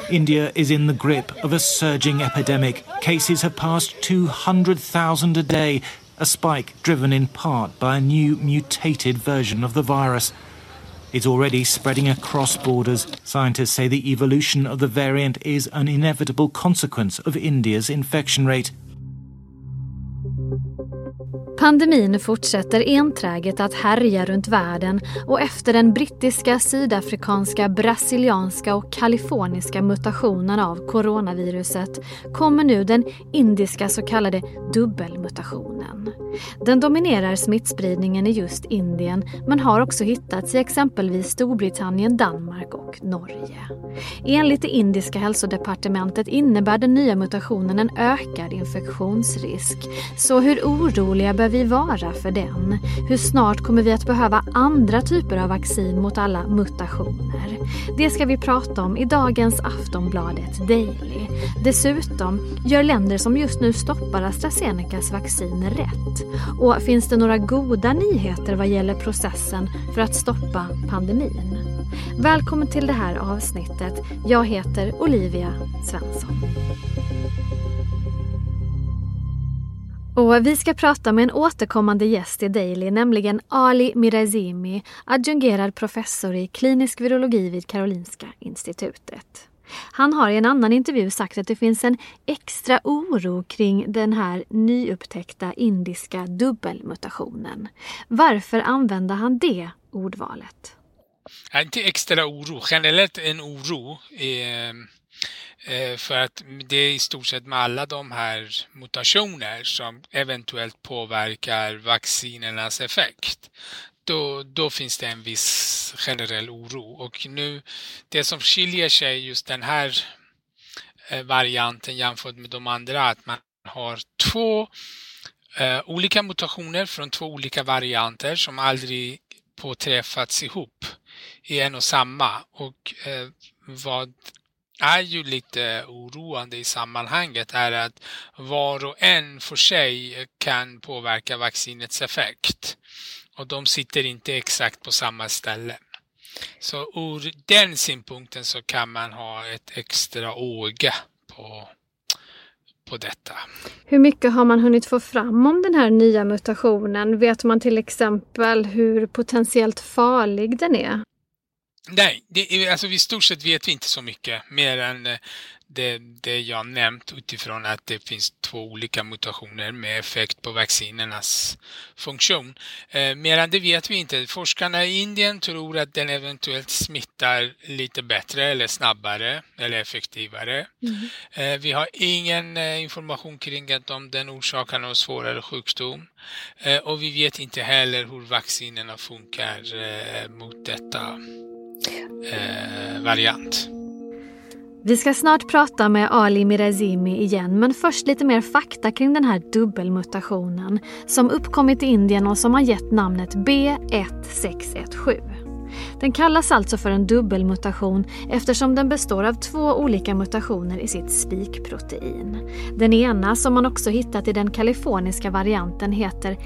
India is in the grip of a surging epidemic. Cases have passed 200,000 a day, a spike driven in part by a new mutated version of the virus. It's already spreading across borders. Scientists say the evolution of the variant is an inevitable consequence of India's infection rate. Pandemin fortsätter enträget att härja runt världen och efter den brittiska, sydafrikanska, brasilianska och kaliforniska mutationen av coronaviruset kommer nu den indiska så kallade dubbelmutationen. Den dominerar smittspridningen i just Indien men har också hittats i exempelvis Storbritannien, Danmark och Norge. Enligt det indiska hälsodepartementet innebär den nya mutationen en ökad infektionsrisk. Så hur oroliga bör vi vara för den? Hur snart kommer vi att behöva andra typer av vaccin mot alla mutationer? Det ska vi prata om i dagens Aftonbladet Daily. Dessutom gör länder som just nu stoppar AstraZenecas vaccin rätt. Och finns det några goda nyheter vad gäller processen för att stoppa pandemin? Välkommen till det här avsnittet. Jag heter Olivia Svensson. Och vi ska prata med en återkommande gäst i Daily, nämligen Ali Mirazimi, adjungerad professor i klinisk virologi vid Karolinska institutet. Han har i en annan intervju sagt att det finns en extra oro kring den här nyupptäckta indiska dubbelmutationen. Varför använder han det ordvalet? Inte extra oro, generellt en oro. För att det är i stort sett med alla de här mutationer som eventuellt påverkar vaccinernas effekt. Då finns det en viss generell oro. Och nu, det som skiljer sig just den här varianten jämfört med de andra, att man har två olika mutationer från två olika varianter som aldrig påträffats ihop i en och samma. Och vad är ju lite oroande i sammanhanget är att var och en för sig kan påverka vaccinets effekt. Och de sitter inte exakt på samma ställe. Så ur den synpunkten så kan man ha ett extra öga på detta. Hur mycket har man hunnit få fram om den här nya mutationen? Vet man till exempel hur potentiellt farlig den är? Nej, alltså i stort sett vet vi inte så mycket mer än det jag nämnt utifrån att det finns två olika mutationer med effekt på vaccinernas funktion. Mer än det vet vi inte. Forskarna i Indien tror att den eventuellt smittar lite bättre eller snabbare eller effektivare. Vi har ingen information kring att om den orsakar någon svårare sjukdom. Och vi vet inte heller hur vaccinerna funkar mot detta variant. Vi ska snart prata med Ali Mirazimi igen, men först lite mer fakta kring den här dubbelmutationen som uppkommit i Indien och som har gett namnet B1617. Den kallas alltså för en dubbelmutation eftersom den består av två olika mutationer i sitt spikprotein. Den ena, som man också hittat i den kaliforniska varianten, heter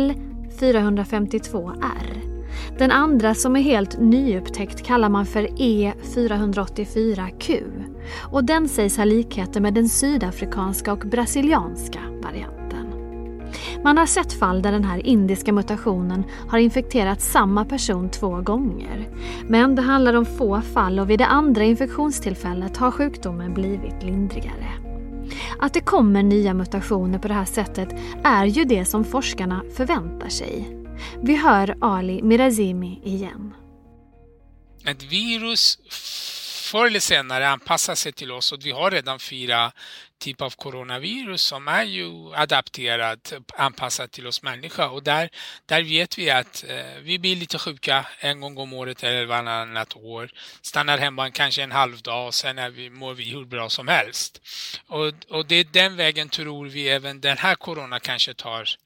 L452R. Den andra, som är helt nyupptäckt, kallar man för E484Q. Och den sägs ha likheter med den sydafrikanska och brasilianska varianten. Man har sett fall där den här indiska mutationen har infekterat samma person 2 gånger. Men det handlar om få fall och vid det andra infektionstillfället har sjukdomen blivit lindrigare. Att det kommer nya mutationer på det här sättet är ju det som forskarna förväntar sig. Vi hör Ali Mirazimi igen. Ett virus förr eller senare anpassar sig till oss och vi har redan 4 typer av coronavirus som är ju adapterat, anpassat till oss människa. Och där vet vi att vi blir lite sjuka en gång om året eller varannat år. Stannar hemma kanske en halv dag och sen mår vi hur bra som helst. Och det är den vägen tror vi även den här corona kanske tar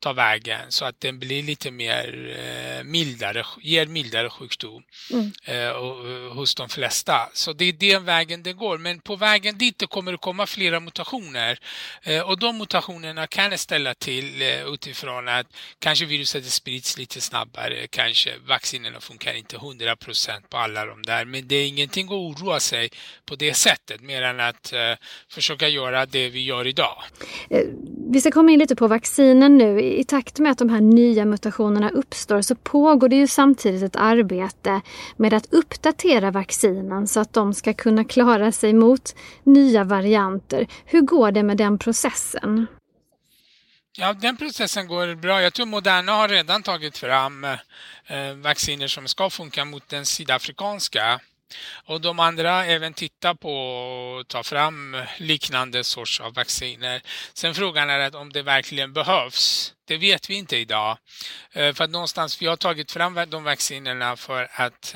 tar vägen så att den blir lite mer ger mildare sjukdom hos de flesta. Så det är den vägen det går. Men på vägen dit det kommer att komma flera mutationer. Och de mutationerna kan ställa till utifrån att kanske viruset sprids lite snabbare. Kanske vaccinerna funkar inte 100% på alla de där. Men det är ingenting att oroa sig på det sättet. Mer än att försöka göra det vi gör idag. Vi ska komma in lite på vaccinen nu. I takt med att de här nya mutationerna uppstår så pågår det ju samtidigt ett arbete med att uppdatera vaccinen så att de ska kunna klara sig mot nya varianter. Hur går det med den processen? Ja, den processen går bra. Jag tror Moderna har redan tagit fram vacciner som ska funka mot den sydafrikanska. Och de andra även tittar på att ta fram liknande sorts av vacciner. Sen frågan är om det verkligen behövs. Det vet vi inte idag. För att någonstans vi har tagit fram de vaccinerna för att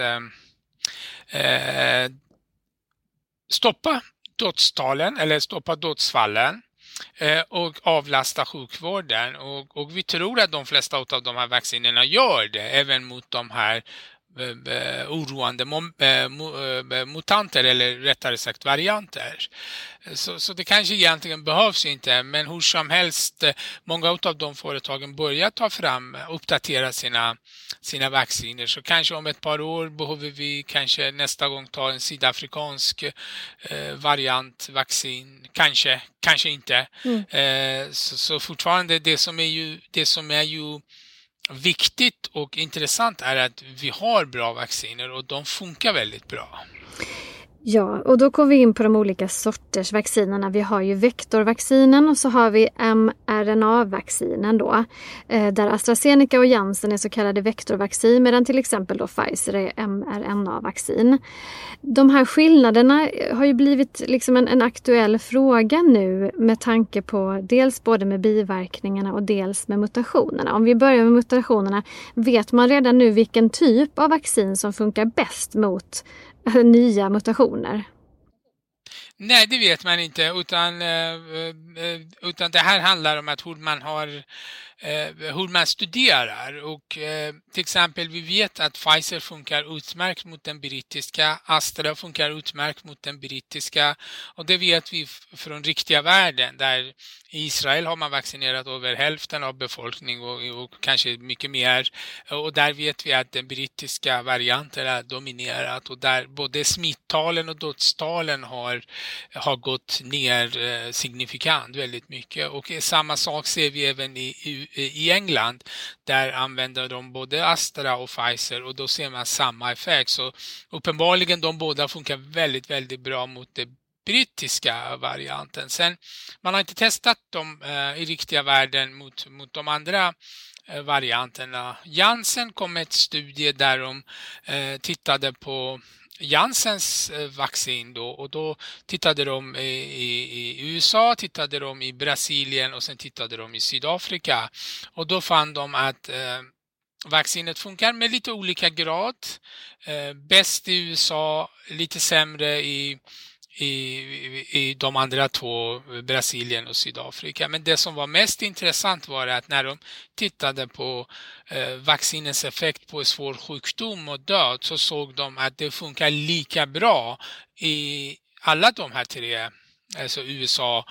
stoppa dödstalen eller stoppa dödsfallen och avlasta sjukvården. Och vi tror att de flesta av de här vaccinerna gör det även mot de här oroande mutanter eller rättare sagt varianter. Så det kanske egentligen behövs inte, men hur som helst många av de företagen börjar ta fram, uppdatera sina vacciner. Så kanske om ett par år behöver vi kanske nästa gång ta en sydafrikansk variantvaccin. Kanske inte. Så fortfarande det som är ju viktigt och intressant är att vi har bra vacciner och de funkar väldigt bra. Ja, och då kommer vi in på de olika sorters vaccinerna. Vi har ju vektorvaccinen och så har vi mRNA-vaccinen då. Där AstraZeneca och Janssen är så kallade vektorvaccin medan till exempel då Pfizer är mRNA-vaccin. De här skillnaderna har ju blivit liksom en aktuell fråga nu med tanke på dels både med biverkningarna och dels med mutationerna. Om vi börjar med mutationerna, vet man redan nu vilken typ av vaccin som funkar bäst mot nya mutationer? Nej, det vet man inte, utan det här handlar om att hur man studerar. Och till exempel vi vet att Pfizer funkar utmärkt mot den brittiska, Astra funkar utmärkt mot den brittiska, och det vet vi från riktiga världen där i Israel har man vaccinerat över hälften av befolkningen och kanske mycket mer, och där vet vi att den brittiska varianten är dominerat och där både smittalen och dödstalen har gått ner signifikant väldigt mycket, och samma sak ser vi även i England. Där använder de både Astra och Pfizer och då ser man samma effekt. Så uppenbarligen de båda funkar väldigt, väldigt bra mot det brittiska varianten. Sen man har inte testat dem i riktiga världen mot de andra varianterna. Janssen kom med ett studie där de tittade på Janssens vaccin då, och då tittade de i USA, tittade de i Brasilien och sen tittade de i Sydafrika, och då fann de att vaccinet funkar med lite olika grad, bäst i USA, lite sämre i de andra två, Brasilien och Sydafrika. Men det som var mest intressant var att när de tittade på vaccinens effekt på svår sjukdom och död, så såg de att det funkar lika bra i alla de här tre, alltså USA,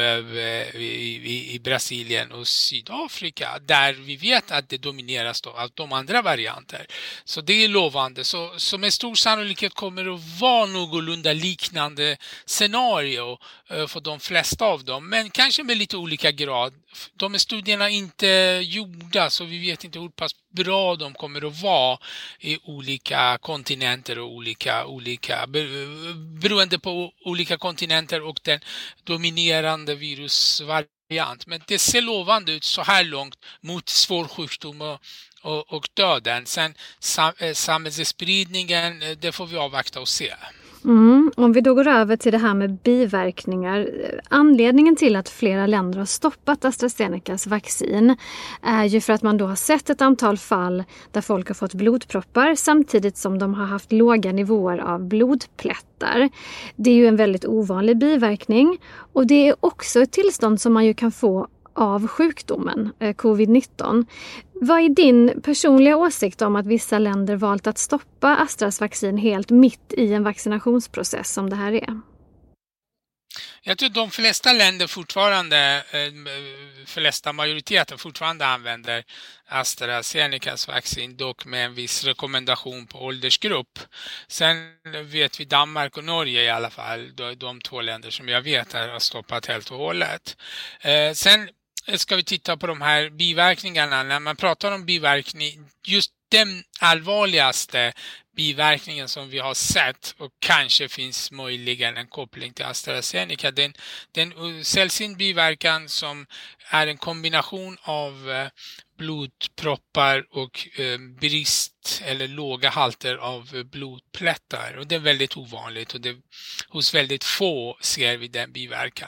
i Brasilien och Sydafrika, där vi vet att det domineras av de andra varianter. Så det är lovande. Så med stor sannolikhet kommer det att vara någorlunda liknande scenario för de flesta av dem, men kanske med lite olika grad. De studierna är inte gjorda, så vi vet inte hur pass bra de kommer att vara i olika kontinenter och olika beroende på olika kontinenter och den dominerande virusvariant. Men det ser lovande ut så här långt mot svår sjukdom och döden. Sen samhällsspridningen, det får vi avvakta och se. Om vi då går över till det här med biverkningar. Anledningen till att flera länder har stoppat AstraZenecas vaccin är ju för att man då har sett ett antal fall där folk har fått blodproppar samtidigt som de har haft låga nivåer av blodplättar. Det är ju en väldigt ovanlig biverkning, och det är också ett tillstånd som man ju kan få av sjukdomen covid-19. Vad är din personliga åsikt om att vissa länder valt att stoppa Astras vaccin helt mitt i en vaccinationsprocess som det här är? Jag tror de flesta länder fortfarande, majoriteten fortfarande använder AstraZenecas vaccin, dock med en viss rekommendation på åldersgrupp. Sen vet vi Danmark och Norge i alla fall, de 2 länder som jag vet har stoppat helt och hållet. Sen ska vi titta på de här biverkningarna. När man pratar om biverkning, just den allvarligaste biverkningen som vi har sett, och kanske finns möjligen en koppling till AstraZeneca, den sällsynt biverkan som är en kombination av blodproppar och brist eller låga halter av blodplättar. Och det är väldigt ovanligt, och hos väldigt få ser vi den biverkan.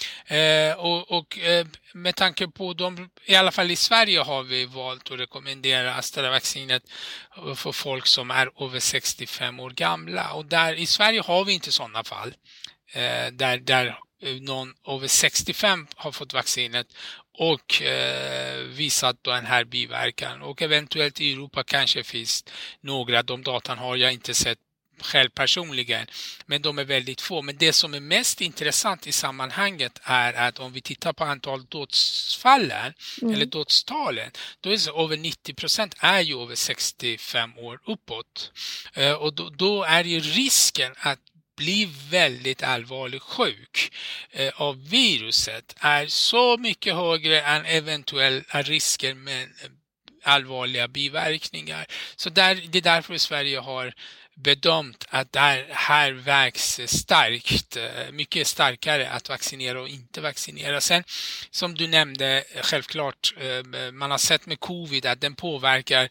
Med tanke på i alla fall i Sverige har vi valt att rekommendera Astra-vaccinet för folk som är över 65 år gamla, och där i Sverige har vi inte sådana fall där någon över 65 har fått vaccinet och visat då den här biverkan, och eventuellt i Europa kanske finns några, de datan har jag inte sett själv personligen, men de är väldigt få. Men det som är mest intressant i sammanhanget är att om vi tittar på antal dödsfallen eller dödstalen, då är det över 90% är ju över 65 år uppåt. Och då är ju risken att bli väldigt allvarligt sjuk av viruset är så mycket högre än eventuella risker med allvarliga biverkningar. Så det är därför Sverige har bedömt att det här vägs mycket starkare att vaccinera och inte vaccinera. Sen, som du nämnde, självklart, man har sett med covid att den påverkar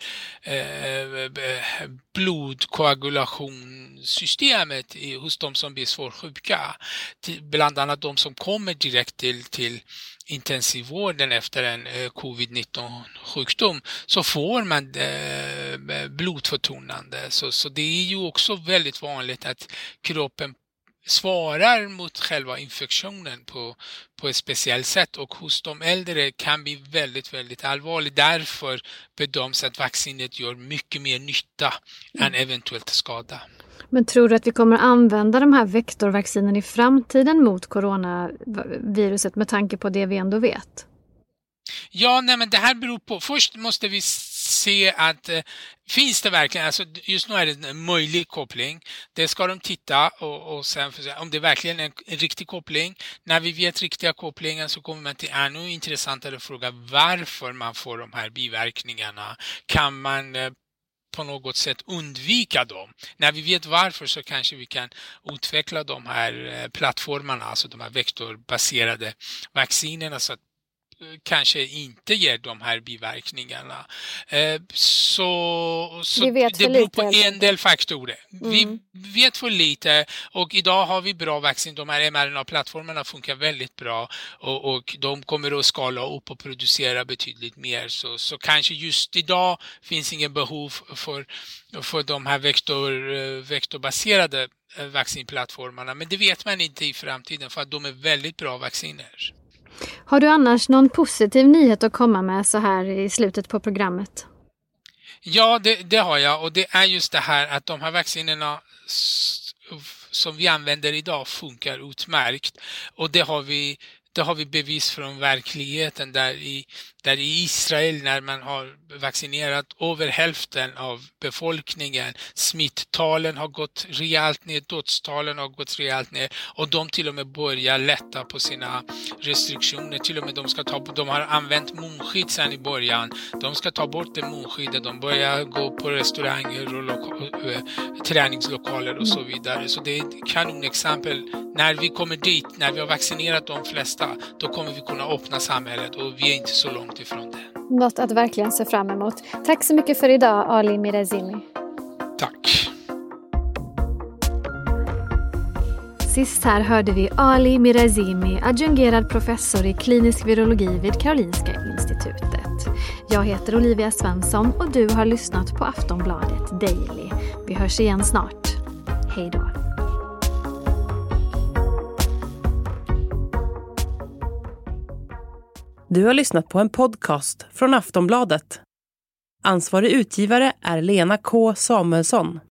blodkoagulationssystemet hos de som blir svårsjuka. Bland annat de som kommer direkt till intensivvården efter en covid-19-sjukdom, så får man blodförtunnande. Så det är ju också väldigt vanligt att kroppen svarar mot själva infektionen på ett speciellt sätt, och hos de äldre kan bli väldigt, väldigt allvarligt. Därför bedöms att vaccinet gör mycket mer nytta än eventuellt skada. Men tror du att vi kommer att använda de här vektorvaccinen i framtiden mot coronaviruset med tanke på det vi ändå vet? Ja, men det här beror på. Först måste vi se att finns det verkligen, alltså just nu är det en möjlig koppling. Det ska de titta och sen för se om det verkligen är en riktig koppling. När vi vet riktiga kopplingar så kommer man till ännu intressantare fråga varför man får de här biverkningarna. Kan man på något sätt undvika dem? När vi vet varför så kanske vi kan utveckla de här plattformarna, alltså de här vektorbaserade vaccinerna, så att kanske inte ger de här biverkningarna. Så det beror på en del faktorer. Vi vet för lite, och idag har vi bra vaccin. De här mRNA-plattformarna funkar väldigt bra, och de kommer att skala upp och producera betydligt mer. Så kanske just idag finns ingen behov för de här vektorbaserade vaccinplattformarna. Men det vet man inte i framtiden, för att de är väldigt bra vacciner. Har du annars någon positiv nyhet att komma med så här i slutet på programmet? Ja, det har jag, och det är just det här att de här vaccinerna som vi använder idag funkar utmärkt, och det har vi bevis från verkligheten där i Israel, när man har vaccinerat över hälften av befolkningen, smitttalen har gått rejält ner, dödstalen har gått rejält ner, och de till och med börjar lätta på sina restriktioner. Till och med de har använt munskydd sedan i början. De ska ta bort det munskyddet, de börjar gå på restauranger och träningslokaler och så vidare. Så det är ett kanonexempel. När vi kommer dit, när vi har vaccinerat de flesta, då kommer vi kunna öppna samhället, och vi är inte så långt ifrån det. Något att verkligen se fram emot. Tack så mycket för idag, Ali Mirazimi. Tack. Sist här hörde vi Ali Mirazimi, adjungerad professor i klinisk virologi vid Karolinska institutet. Jag heter Olivia Svensson och du har lyssnat på Aftonbladet Daily. Vi hörs igen snart. Hej då. Du har lyssnat på en podcast från Aftonbladet. Ansvarig utgivare är Lena K. Samuelsson.